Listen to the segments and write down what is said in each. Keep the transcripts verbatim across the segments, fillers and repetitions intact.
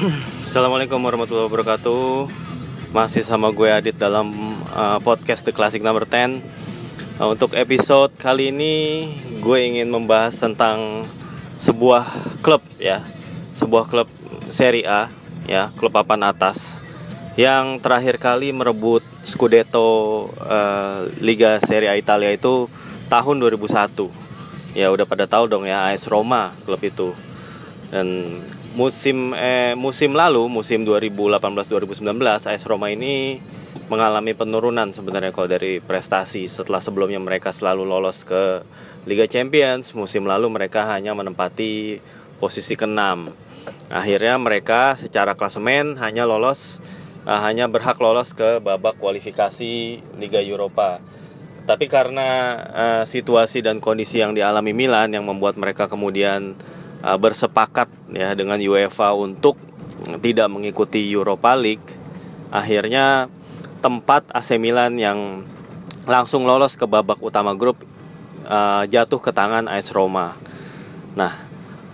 Assalamualaikum warahmatullahi wabarakatuh. Masih sama gue Adit dalam uh, podcast The Classic Number sepuluh. uh, Untuk episode kali ini gue ingin membahas tentang sebuah klub ya, sebuah klub Serie A ya, klub papan atas yang terakhir kali merebut Scudetto uh, Liga Serie A Italia itu tahun dua ribu satu. Ya udah pada tahu dong ya, A S Roma klub itu. Dan musim eh, musim lalu, musim dua ribu delapan belas dua ribu sembilan belas, A S Roma ini mengalami penurunan sebenarnya kalau dari prestasi. Setelah sebelumnya mereka selalu lolos ke Liga Champions, musim lalu mereka hanya menempati posisi keenam. Akhirnya mereka secara klasemen hanya lolos uh, hanya berhak lolos ke babak kualifikasi Liga Eropa. Tapi karena uh, situasi dan kondisi yang dialami Milan yang membuat mereka kemudian Uh, bersepakat ya dengan UEFA untuk tidak mengikuti Europa League, akhirnya tempat A C Milan yang langsung lolos ke babak utama grup uh, jatuh ke tangan A S Roma. Nah,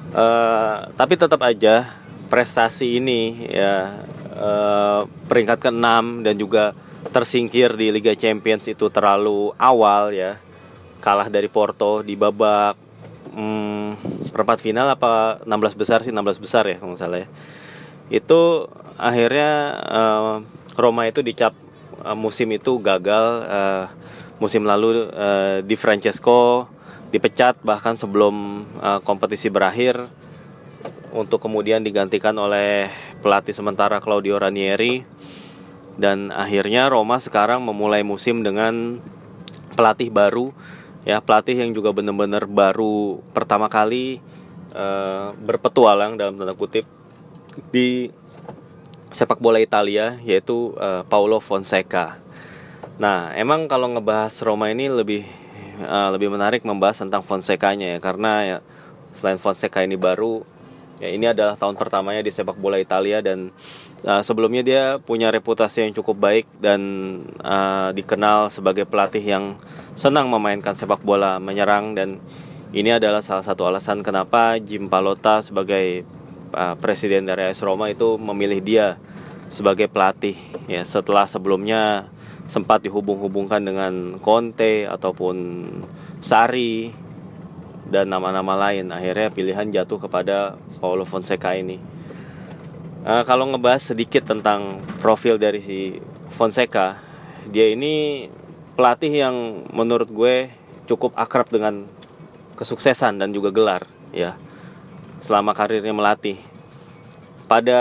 uh, tapi tetap aja prestasi ini ya, uh, peringkat keenam dan juga tersingkir di Liga Champions itu terlalu awal ya, kalah dari Porto di babak Hmm, perempat final apa enam belas besar sih, enam belas besar ya kalau nggak salah ya. Itu akhirnya uh, Roma itu dicap uh, musim itu gagal. uh, Musim lalu uh, Di Francesco dipecat bahkan sebelum uh, kompetisi berakhir, untuk kemudian digantikan oleh pelatih sementara Claudio Ranieri. Dan akhirnya Roma sekarang memulai musim dengan pelatih baru ya, pelatih yang juga benar-benar baru pertama kali uh, berpetualang dalam tanda kutip di sepak bola Italia, yaitu uh, Paulo Fonseca. Nah, emang kalau ngebahas Roma ini lebih uh, lebih menarik membahas tentang Fonsecanya ya, karena ya, selain Fonseca ini baru, ya ini adalah tahun pertamanya di sepak bola Italia. Dan uh, sebelumnya dia punya reputasi yang cukup baik dan uh, dikenal sebagai pelatih yang senang memainkan sepak bola menyerang. Dan ini adalah salah satu alasan kenapa Giampalotta sebagai uh, presiden dari A S Roma itu memilih dia sebagai pelatih ya, setelah sebelumnya sempat dihubung-hubungkan dengan Conte ataupun Sarri dan nama-nama lain. Akhirnya pilihan jatuh kepada Paulo Fonseca ini. Uh, kalau ngebahas sedikit tentang profil dari si Fonseca, dia ini pelatih yang menurut gue cukup akrab dengan kesuksesan dan juga gelar ya selama karirnya melatih. Pada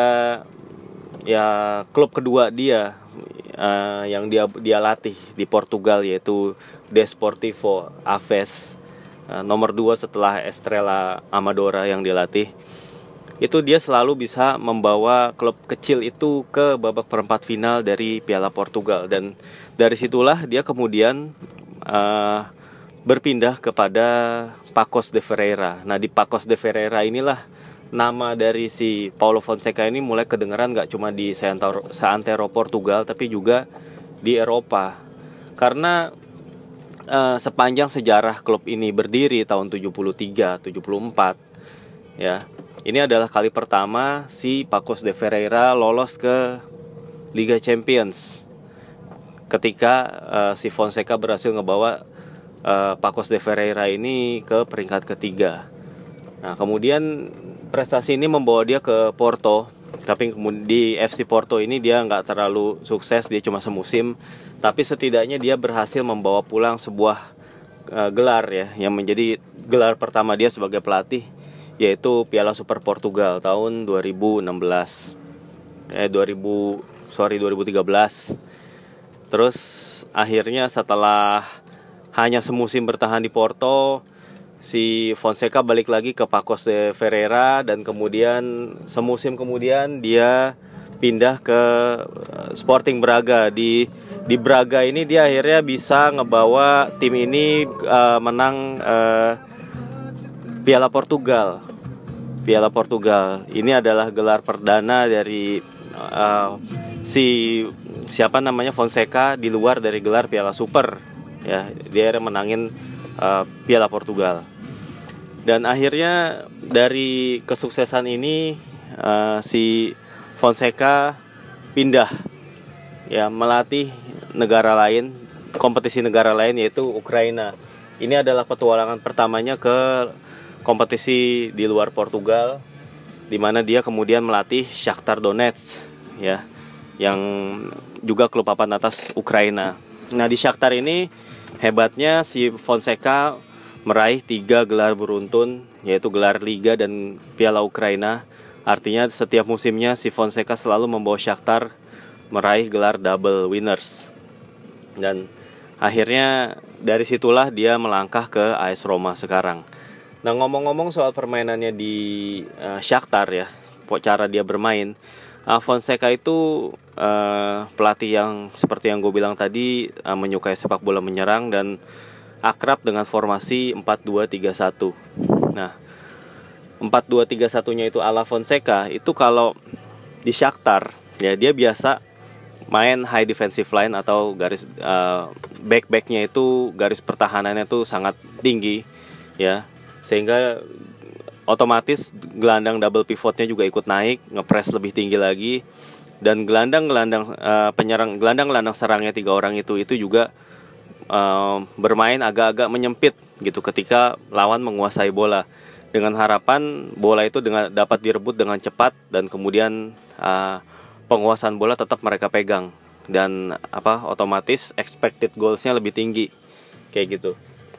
ya klub kedua dia uh, yang dia dia latih di Portugal, yaitu Desportivo Aves, uh, nomor dua setelah Estrela Amadora yang dilatih. Itu dia selalu bisa membawa klub kecil itu ke babak perempat final dari Piala Portugal. Dan dari situlah dia kemudian uh, berpindah kepada Paços de Ferreira. Nah, di Paços de Ferreira inilah nama dari si Paulo Fonseca ini mulai kedengeran gak cuma di seantero, seantero Portugal, tapi juga di Eropa. Karena uh, sepanjang sejarah klub ini berdiri tahun tujuh puluh tiga tujuh puluh empat ya, ini adalah kali pertama si Paços de Ferreira lolos ke Liga Champions, ketika uh, si Fonseca berhasil ngebawa uh, Paços de Ferreira ini ke peringkat ketiga. Nah, kemudian prestasi ini membawa dia ke Porto, tapi di F C Porto ini dia nggak terlalu sukses, dia cuma semusim. Tapi setidaknya dia berhasil membawa pulang sebuah uh, gelar ya, yang menjadi gelar pertama dia sebagai pelatih, yaitu Piala Super Portugal tahun dua ribu enam belas. Eh dua ribu sorry dua ribu tiga belas. Terus akhirnya setelah hanya semusim bertahan di Porto, si Fonseca balik lagi ke Paços de Ferreira, dan kemudian semusim kemudian dia pindah ke Sporting Braga. Di di Braga ini dia akhirnya bisa ngebawa tim ini uh, menang uh, Piala Portugal. Piala Portugal ini adalah gelar perdana dari uh, si siapa namanya Fonseca di luar dari gelar Piala Super ya. Dia menangin uh, Piala Portugal. Dan akhirnya dari kesuksesan ini uh, si Fonseca pindah ya melatih negara lain, kompetisi negara lain yaitu Ukraina. Ini adalah petualangan pertamanya ke kompetisi di luar Portugal, di mana dia kemudian melatih Shakhtar Donetsk ya, yang juga klub papan atas Ukraina. Nah, di Shakhtar ini hebatnya si Fonseca meraih tiga gelar beruntun, yaitu gelar Liga dan Piala Ukraina. Artinya setiap musimnya si Fonseca selalu membawa Shakhtar meraih gelar double winners. Dan akhirnya dari situlah dia melangkah ke A S Roma sekarang. Nah, ngomong-ngomong soal permainannya di uh, Shakhtar ya, cara dia bermain, uh, Fonseca itu uh, pelatih yang seperti yang gue bilang tadi, uh, menyukai sepak bola menyerang dan akrab dengan formasi empat dua tiga satu. Nah, empat dua tiga satu-nya itu ala Fonseca, itu kalau di Shakhtar ya dia biasa main high defensive line atau garis uh, back-backnya itu garis pertahanannya itu sangat tinggi ya, sehingga otomatis gelandang double pivotnya juga ikut naik, ngepres lebih tinggi lagi, dan gelandang-gelandang uh, penyerang gelandang-gelandang serangnya tiga orang itu itu juga uh, bermain agak-agak menyempit gitu ketika lawan menguasai bola, dengan harapan bola itu dengan dapat direbut dengan cepat dan kemudian uh, penguasaan bola tetap mereka pegang dan apa otomatis expected goals-nya lebih tinggi kayak gitu.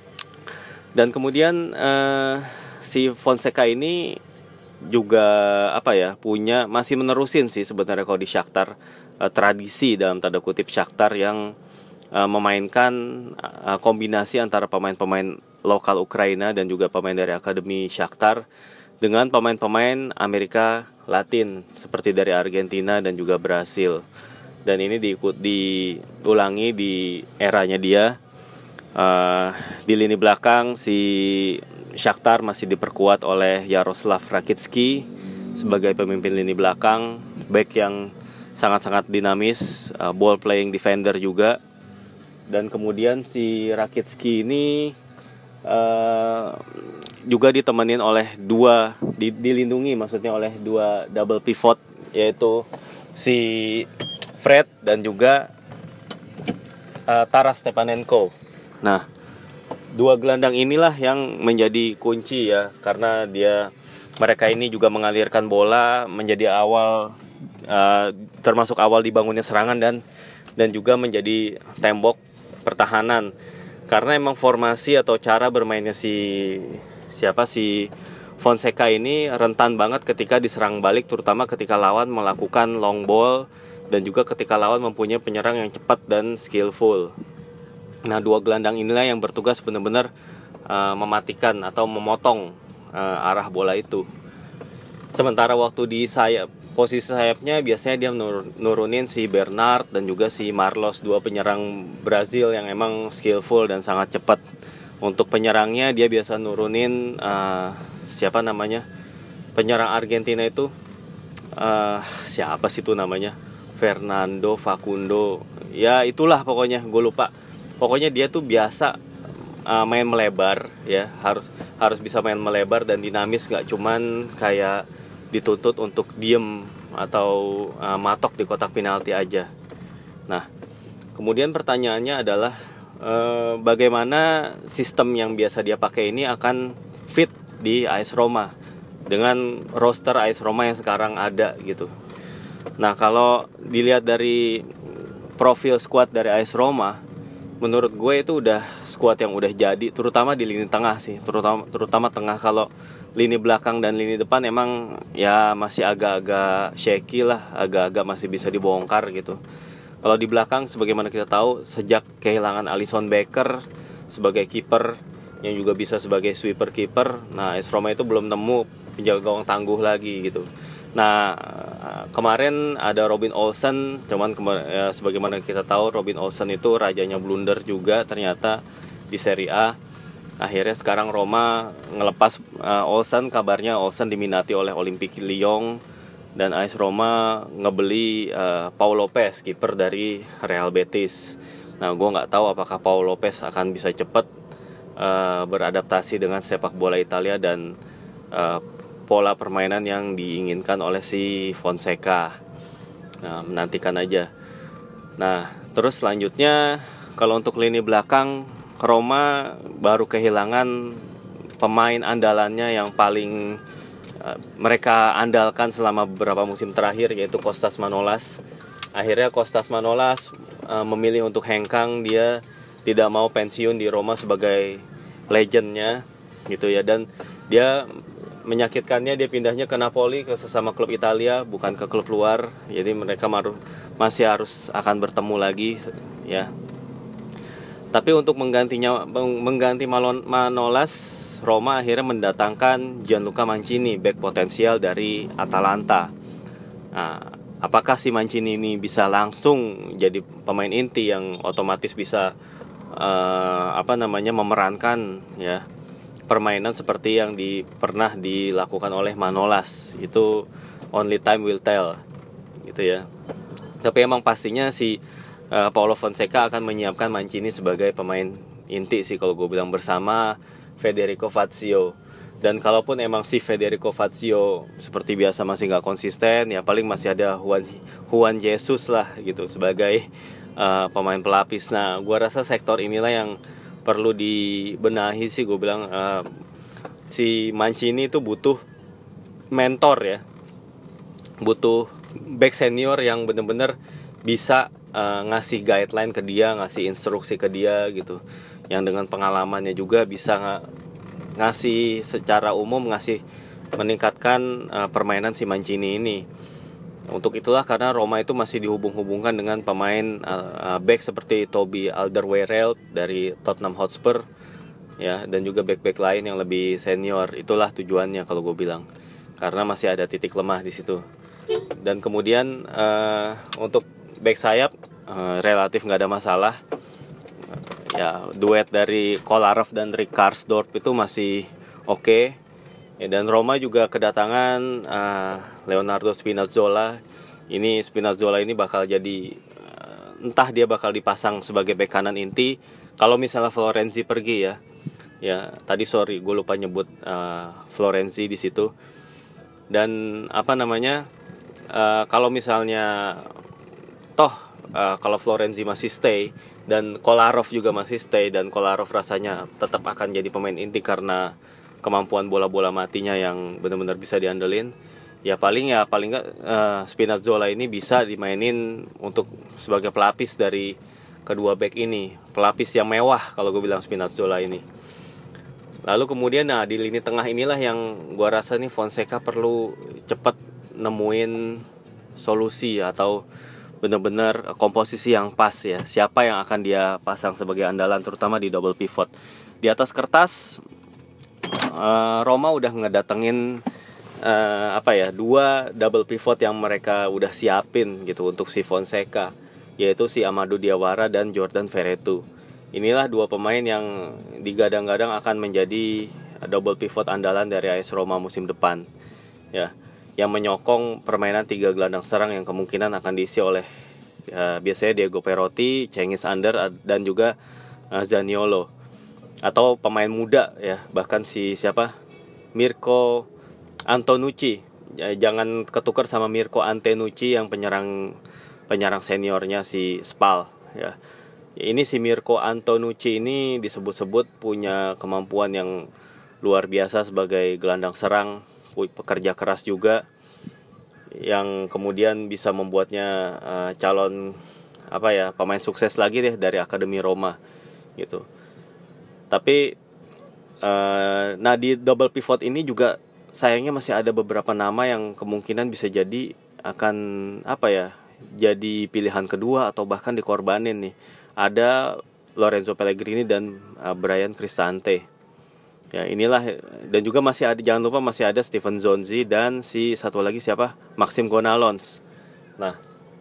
Dan kemudian uh, si Fonseca ini juga apa ya punya masih menerusin sih sebenarnya kalau di Shakhtar uh, tradisi dalam tanda kutip Shakhtar yang uh, memainkan uh, kombinasi antara pemain-pemain lokal Ukraina dan juga pemain dari akademi Shakhtar dengan pemain-pemain Amerika Latin seperti dari Argentina dan juga Brasil. Dan ini diikut diulangi di eranya dia. Uh, di lini belakang si Shakhtar masih diperkuat oleh Jaroslav Rakicki sebagai pemimpin lini belakang, back yang sangat-sangat dinamis, uh, ball playing defender juga. Dan kemudian si Rakicki ini uh, juga ditemenin oleh dua di, dilindungi maksudnya oleh dua double pivot, yaitu si Fred dan juga uh, Taras Stepanenko. Nah, dua gelandang inilah yang menjadi kunci ya, karena dia mereka ini juga mengalirkan bola menjadi awal uh, termasuk awal dibangunnya serangan dan dan juga menjadi tembok pertahanan. Karena emang formasi atau cara bermainnya si siapa si Fonseca ini rentan banget ketika diserang balik, terutama ketika lawan melakukan long ball dan juga ketika lawan mempunyai penyerang yang cepat dan skillful. Nah, dua gelandang inilah yang bertugas benar-benar uh, mematikan atau memotong uh, arah bola itu. Sementara waktu di sayap, posisi sayapnya biasanya dia nur, nurunin si Bernard dan juga si Marlos, dua penyerang Brazil yang emang skillful dan sangat cepat. Untuk penyerangnya dia biasa nurunin uh, siapa namanya penyerang Argentina itu uh, siapa sih itu namanya Fernando Facundo ya, itulah pokoknya gue lupa. Pokoknya dia tuh biasa uh, main melebar ya, harus harus bisa main melebar dan dinamis, gak cuman kayak dituntut untuk diem atau uh, matok di kotak penalti aja. Nah, kemudian pertanyaannya adalah uh, bagaimana sistem yang biasa dia pakai ini akan fit di A S Roma dengan roster A S Roma yang sekarang ada gitu. Nah, kalau dilihat dari profil squad dari A S Roma, menurut gue itu udah squad yang udah jadi, terutama di lini tengah sih, terutama terutama tengah. Kalau lini belakang dan lini depan emang ya masih agak-agak shaky lah, agak-agak masih bisa dibongkar gitu. Kalau di belakang sebagaimana kita tahu, sejak kehilangan Alisson Becker sebagai kiper yang juga bisa sebagai sweeper kiper, nah A S Roma itu belum nemu penjaga gawang tangguh lagi gitu. Nah, kemarin ada Robin Olsen, cuman kemar- ya, sebagaimana kita tahu Robin Olsen itu rajanya blunder juga ternyata di Serie A. Akhirnya sekarang Roma ngelepas uh, Olsen, kabarnya Olsen diminati oleh Olympique Lyon, dan A S Roma ngebeli uh, Paul Lopez, kiper dari Real Betis. Nah, gue nggak tahu apakah Paul Lopez akan bisa cepat uh, beradaptasi dengan sepak bola Italia dan uh, pola permainan yang diinginkan oleh si Fonseca. Nah, menantikan aja. Nah, terus selanjutnya kalau untuk lini belakang, Roma baru kehilangan pemain andalannya yang paling uh, mereka andalkan selama beberapa musim terakhir, yaitu Kostas Manolas. Akhirnya Kostas Manolas uh, memilih untuk hengkang. Dia tidak mau pensiun di Roma sebagai legendnya gitu ya, dan dia menyakitkannya dia pindahnya ke Napoli, ke sesama klub Italia, bukan ke klub luar. Jadi mereka maru, masih harus akan bertemu lagi ya. Tapi untuk menggantinya mengganti Malon, Manolas, Roma akhirnya mendatangkan Gianluca Mancini, bek potensial dari Atalanta. Nah, apakah si Mancini ini bisa langsung jadi pemain inti yang otomatis bisa uh, apa namanya memerankan ya permainan seperti yang di, pernah dilakukan oleh Manolas? Itu only time will tell gitu ya. Tapi emang pastinya si uh, Paulo Fonseca akan menyiapkan Mancini sebagai pemain inti sih kalau gue bilang, bersama Federico Fazio. Dan kalaupun emang si Federico Fazio seperti biasa masih gak konsisten, ya paling masih ada Juan, Juan Jesus lah gitu sebagai uh, pemain pelapis. Nah, gue rasa sektor inilah yang perlu dibenahi sih, gue bilang. uh, si Mancini itu butuh mentor ya, butuh back senior yang benar-benar bisa uh, ngasih guideline ke dia, ngasih instruksi ke dia gitu, yang dengan pengalamannya juga bisa ng- ngasih secara umum, ngasih meningkatkan uh, permainan si Mancini ini. Untuk itulah karena Roma itu masih dihubung-hubungkan dengan pemain uh, uh, back seperti Toby Alderweireld dari Tottenham Hotspur ya, dan juga back-back lain yang lebih senior. Itulah tujuannya kalau gue bilang, karena masih ada titik lemah di situ. Dan kemudian uh, untuk back sayap uh, relatif nggak ada masalah ya, duet dari Kolarov dan Rick Karsdorp itu masih oke okay. Ya, dan Roma juga kedatangan uh, Leonardo Spinazzola. Ini Spinazzola ini bakal jadi uh, entah dia bakal dipasang sebagai bek kanan inti kalau misalnya Florenzi pergi ya. Ya, tadi sorry gue lupa nyebut uh, Florenzi di situ. Dan apa namanya? Uh, kalau misalnya toh uh, kalau Florenzi masih stay dan Kolarov juga masih stay, dan Kolarov rasanya tetap akan jadi pemain inti karena kemampuan bola-bola matinya yang benar-benar bisa diandelin, ya paling ya paling nggak uh, Spinazzola ini bisa dimainin untuk sebagai pelapis dari kedua back ini, pelapis yang mewah kalau gue bilang Spinazzola ini. Lalu kemudian nah di lini tengah inilah yang gue rasa nih Fonseca perlu cepat nemuin solusi atau benar-benar komposisi yang pas ya, siapa yang akan dia pasang sebagai andalan terutama di double pivot. Di atas kertas Uh, Roma udah ngedatengin uh, apa ya dua double pivot yang mereka udah siapin gitu untuk si Fonseca, yaitu si Amadou Diawara dan Jordan Verretou. Inilah dua pemain yang digadang-gadang akan menjadi double pivot andalan dari A S Roma musim depan ya, yang menyokong permainan tiga gelandang serang yang kemungkinan akan diisi oleh uh, biasanya Diego Perotti, Cengiz Under dan juga uh, Zaniolo, atau pemain muda ya, bahkan si siapa Mirko Antonucci. Jangan ketukar sama Mirko Antenucci yang penyerang penyerang seniornya si Spal ya. Ini si Mirko Antonucci ini disebut-sebut punya kemampuan yang luar biasa sebagai gelandang serang, pekerja keras juga, yang kemudian bisa membuatnya uh, calon apa ya pemain sukses lagi deh dari Akademi Roma gitu. Tapi uh, nah di double pivot ini juga sayangnya masih ada beberapa nama yang kemungkinan bisa jadi akan apa ya jadi pilihan kedua atau bahkan dikorbanin nih. Ada Lorenzo Pellegrini dan uh, Bryan Cristante. Ya inilah, dan juga masih ada, jangan lupa masih ada Steven Zonzi dan si satu lagi siapa? Maxime Gonalons. Nah,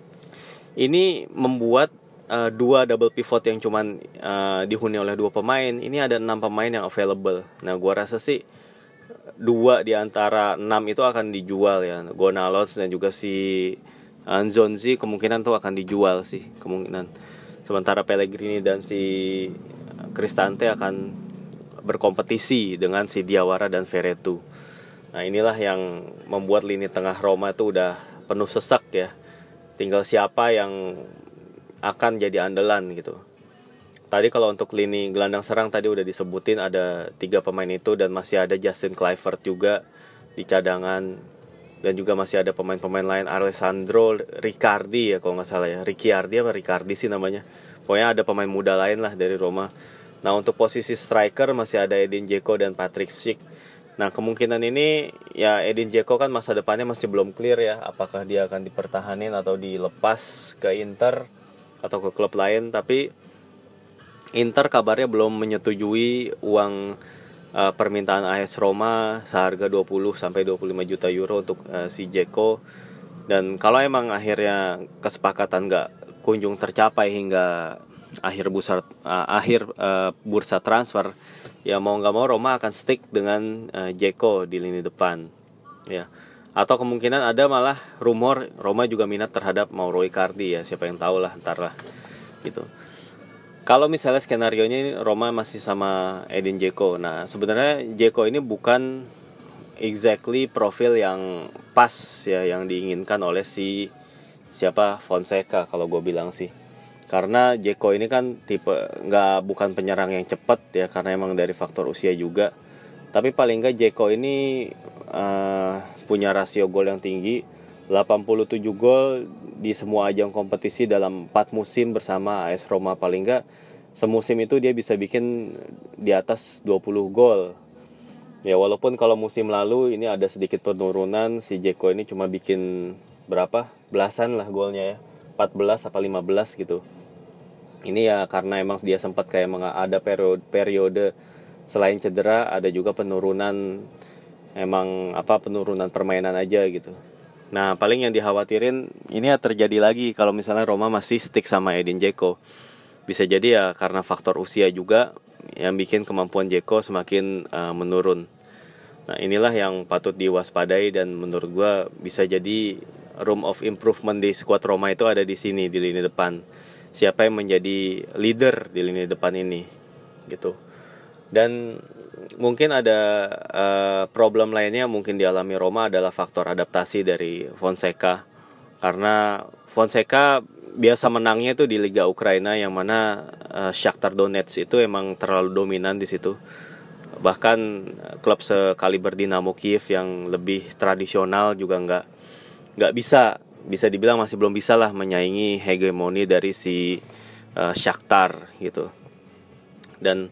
ini membuat Uh, dua double pivot yang cuman uh, dihuni oleh dua pemain, ini ada enam pemain yang available. Nah, gua rasa sih dua di antara enam itu akan dijual ya. Gonalons dan juga si uh, Zonzi kemungkinan tuh akan dijual sih, kemungkinan. Sementara Pellegrini dan si Cristante akan berkompetisi dengan si Diawara dan Verretou. Nah, inilah yang membuat lini tengah Roma itu udah penuh sesak ya. tinggal siapa yang akan jadi andalan gitu. Tadi kalau untuk lini gelandang serang tadi udah disebutin ada tiga pemain itu, dan masih ada Justin Kluivert juga di cadangan, dan juga masih ada pemain-pemain lain, Alessandro Riccardi ya kalau nggak salah ya, Ricciardi apa Riccardi sih namanya. Pokoknya ada pemain muda lain lah dari Roma. Nah untuk posisi striker masih ada Edin Dzeko dan Patrick Schick. Nah kemungkinan ini ya Edin Dzeko kan masa depannya masih belum clear ya, apakah dia akan dipertahanin atau dilepas ke Inter atau ke klub lain. Tapi Inter kabarnya belum menyetujui uang uh, permintaan A S Roma seharga dua puluh sampai dua puluh lima juta euro untuk uh, si Dzeko. Dan kalau emang akhirnya kesepakatan nggak kunjung tercapai hingga akhir bursa uh, akhir uh, bursa transfer, ya mau nggak mau Roma akan stick dengan uh, Dzeko di lini depan ya. Atau kemungkinan ada malah rumor Roma juga minat terhadap Mauro Icardi ya, siapa yang tahu lah, ntar lah gitu. Kalau misalnya skenarionya ini Roma masih sama Edin Dzeko. Nah sebenarnya Dzeko ini bukan exactly profil yang pas ya, yang diinginkan oleh si siapa Fonseca kalau gue bilang sih. Karena Dzeko ini kan tipe nggak bukan penyerang yang cepat ya, karena emang dari faktor usia juga. Tapi paling nggak Dzeko ini uh, punya rasio gol yang tinggi, delapan puluh tujuh gol di semua ajang kompetisi dalam empat musim bersama A S Roma. Paling nggak semusim itu dia bisa bikin di atas dua puluh gol. Ya walaupun kalau musim lalu ini ada sedikit penurunan, si Dzeko ini cuma bikin berapa? Belasan lah golnya ya. empat belas apa lima belas gitu. Ini ya karena emang dia sempat kayak ada periode periode selain cedera, ada juga penurunan, emang apa penurunan permainan aja gitu. Nah paling yang dikhawatirin ini ya terjadi lagi kalau misalnya Roma masih stick sama Edin Dzeko. Bisa jadi ya karena faktor usia juga yang bikin kemampuan Dzeko semakin uh, menurun. Nah inilah yang patut diwaspadai, dan menurut gue bisa jadi room of improvement di skuad Roma itu ada di sini, di lini depan. Siapa yang menjadi leader di lini depan ini gitu. Dan mungkin ada uh, problem lainnya mungkin dialami Roma adalah faktor adaptasi dari Fonseca. Karena Fonseca biasa menangnya itu di Liga Ukraina, yang mana uh, Shakhtar Donetsk itu emang terlalu dominan di situ. Bahkan klub sekaliber Dinamo Kiev yang lebih tradisional juga nggak nggak bisa bisa dibilang masih belum bisa lah menyaingi hegemoni dari si uh, Shakhtar gitu. Dan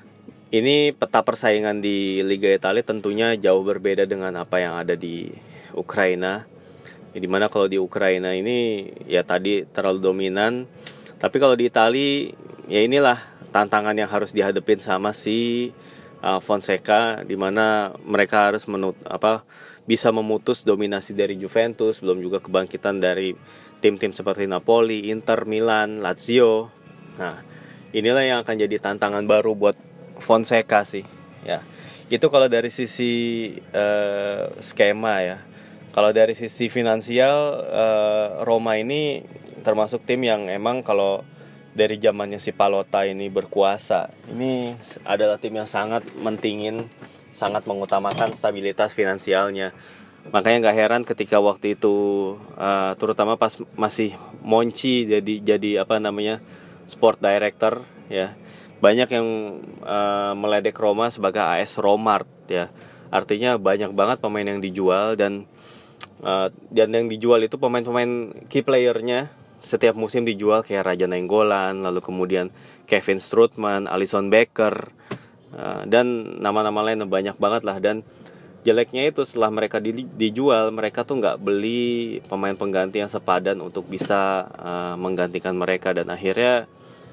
ini peta persaingan di Liga Italia tentunya jauh berbeda dengan apa yang ada di Ukraina. Ya, dimana kalau di Ukraina ini ya tadi terlalu dominan, tapi kalau di Italia ya inilah tantangan yang harus dihadapin sama si uh, Fonseca, dimana mereka harus menut apa bisa memutus dominasi dari Juventus, belum juga kebangkitan dari tim-tim seperti Napoli, Inter, Milan, Lazio. Nah inilah yang akan jadi tantangan baru buat Fonseca sih ya. Itu kalau dari sisi uh, skema ya. Kalau dari sisi finansial, uh, Roma ini termasuk tim yang emang kalau dari zamannya si Pallotta ini berkuasa, ini adalah tim yang sangat mentingin, sangat mengutamakan stabilitas finansialnya. Makanya gak heran ketika waktu itu uh, terutama pas masih Monchi jadi jadi apa namanya sport director ya, banyak yang uh, meledek Roma sebagai A S Romart ya. Artinya banyak banget pemain yang dijual, dan uh, dan yang dijual itu pemain-pemain key playernya setiap musim dijual, kayak Raja Nainggolan, lalu kemudian Kevin Strootman, Alisson Becker, uh, dan nama-nama lain banyak banget lah. Dan jeleknya itu setelah mereka di, dijual, mereka tuh nggak beli pemain pengganti yang sepadan untuk bisa uh, menggantikan mereka, dan akhirnya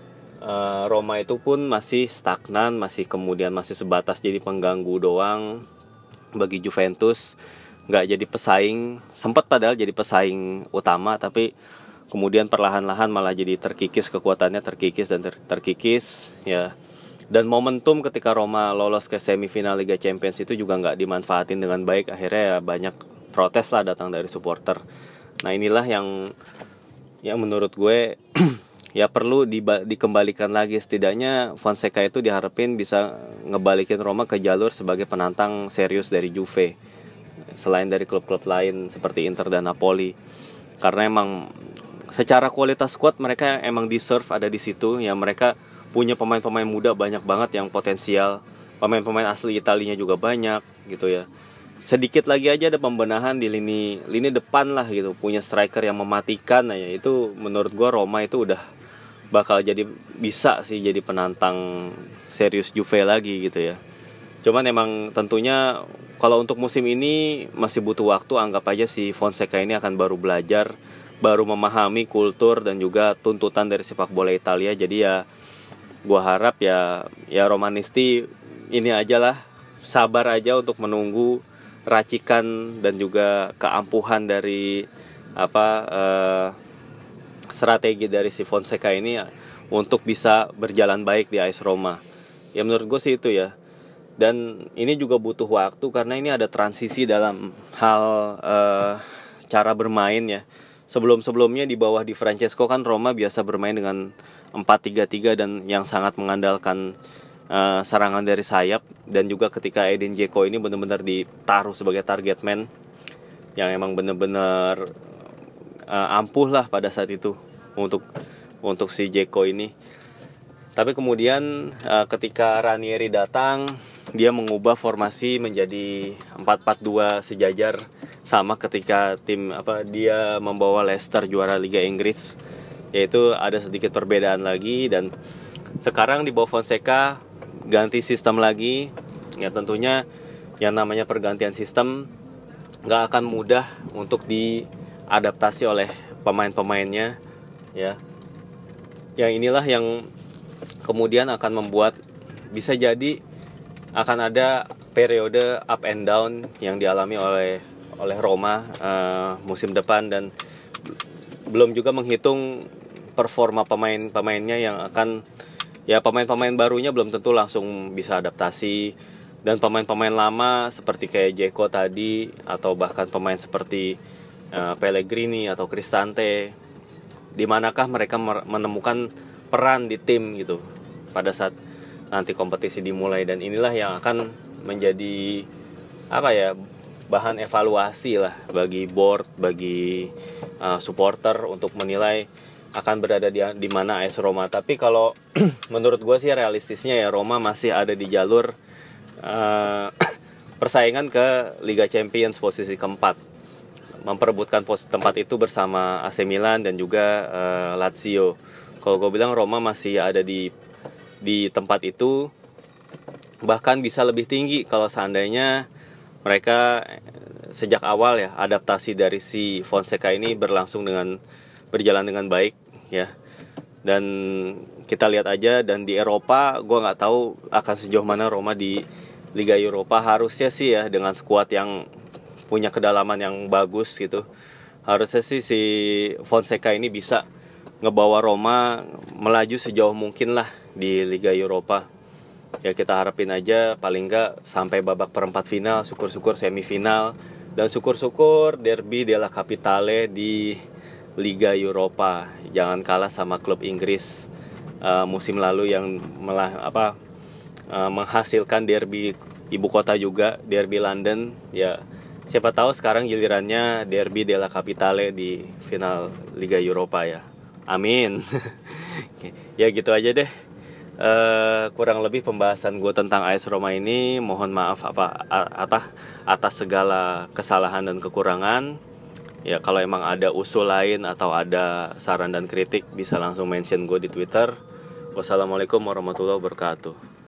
uh, Roma itu pun masih stagnan, masih kemudian masih sebatas jadi pengganggu doang bagi Juventus, nggak jadi pesaing. Sempat padahal jadi pesaing utama, tapi kemudian perlahan-lahan malah jadi terkikis, kekuatannya terkikis dan ter- terkikis ya. Dan momentum ketika Roma lolos ke semifinal Liga Champions itu juga nggak dimanfaatin dengan baik. Akhirnya ya banyak protes lah datang dari supporter. Nah inilah yang yang menurut gue ya perlu diba- dikembalikan lagi. Setidaknya Fonseca itu diharapin bisa ngebalikin Roma ke jalur sebagai penantang serius dari Juve, selain dari klub-klub lain seperti Inter dan Napoli. Karena emang secara kualitas squad mereka emang deserve ada di situ. Ya mereka punya pemain-pemain muda banyak banget yang potensial. Pemain-pemain asli Italinya juga banyak gitu ya. Sedikit lagi aja ada pembenahan di lini lini depan lah gitu. Punya striker yang mematikan ya. Itu menurut gue Roma itu udah bakal jadi bisa sih jadi penantang serius Juve lagi gitu ya. Cuman emang tentunya kalau untuk musim ini masih butuh waktu. Anggap aja si Fonseca ini akan baru belajar, baru memahami kultur dan juga tuntutan dari sepak bola Italia. Jadi ya gue harap ya ya Romanisti ini aja lah, sabar aja untuk menunggu racikan dan juga keampuhan dari apa eh, strategi dari si Fonseca ini untuk bisa berjalan baik di A S Roma. Ya menurut gue sih itu ya. Dan ini juga butuh waktu karena ini ada transisi dalam hal eh, cara bermain ya. Sebelum-sebelumnya di bawah Di Francesco kan Roma biasa bermain dengan empat tiga tiga dan yang sangat mengandalkan Uh, serangan dari sayap. Dan juga ketika Edin Dzeko ini benar-benar ditaruh sebagai target man yang emang benar-benar uh, ampuh lah pada saat itu untuk untuk si Dzeko ini. Tapi kemudian uh, ketika Ranieri datang, dia mengubah formasi menjadi empat empat dua sejajar sama ketika tim apa dia membawa Leicester juara Liga Inggris. Yaitu ada sedikit perbedaan lagi. Dan sekarang di bawah Fonseca ganti sistem lagi. Ya tentunya yang namanya pergantian sistem gak akan mudah untuk diadaptasi oleh pemain-pemainnya ya. Yang inilah yang kemudian akan membuat bisa jadi akan ada periode up and down yang dialami oleh oleh Roma uh, musim depan. Dan belum juga menghitung performa pemain-pemainnya yang akan ya pemain-pemain barunya belum tentu langsung bisa adaptasi. Dan pemain-pemain lama seperti kayak Dzeko tadi atau bahkan pemain seperti uh, Pellegrini atau Cristante, di manakah mereka menemukan peran di tim gitu pada saat nanti kompetisi dimulai. Dan inilah yang akan menjadi apa ya bahan evaluasi lah bagi board, bagi uh, supporter untuk menilai akan berada di di mana A S Roma. Tapi kalau menurut gue sih realistisnya ya Roma masih ada di jalur uh, persaingan ke Liga Champions posisi keempat, memperebutkan pos tempat itu bersama A C Milan dan juga uh, Lazio. Kalau gue bilang Roma masih ada di di tempat itu, bahkan bisa lebih tinggi kalau seandainya mereka sejak awal ya adaptasi dari si Fonseca ini berlangsung dengan berjalan dengan baik ya. Dan kita lihat aja. Dan di Eropa gue nggak tahu akan sejauh mana Roma di Liga Eropa. Harusnya sih ya dengan skuad yang punya kedalaman yang bagus gitu, harusnya sih si Fonseca ini bisa ngebawa Roma melaju sejauh mungkin lah di Liga Eropa. Ya kita harapin aja paling nggak sampai babak perempat final, syukur-syukur semifinal, dan syukur-syukur Derby della Capitale di Liga Eropa. Jangan kalah sama klub Inggris uh, musim lalu yang melah apa uh, menghasilkan derby ibu kota juga, Derby London. Ya siapa tahu sekarang gilirannya Derby della Capitale di final Liga Eropa ya. Amin. Ya gitu aja deh. Uh, kurang lebih pembahasan gue tentang A S Roma ini. Mohon maaf apa atas atas segala kesalahan dan kekurangan. Ya kalau emang ada usul lain atau ada saran dan kritik bisa langsung mention gue di Twitter. Wassalamualaikum warahmatullahi wabarakatuh.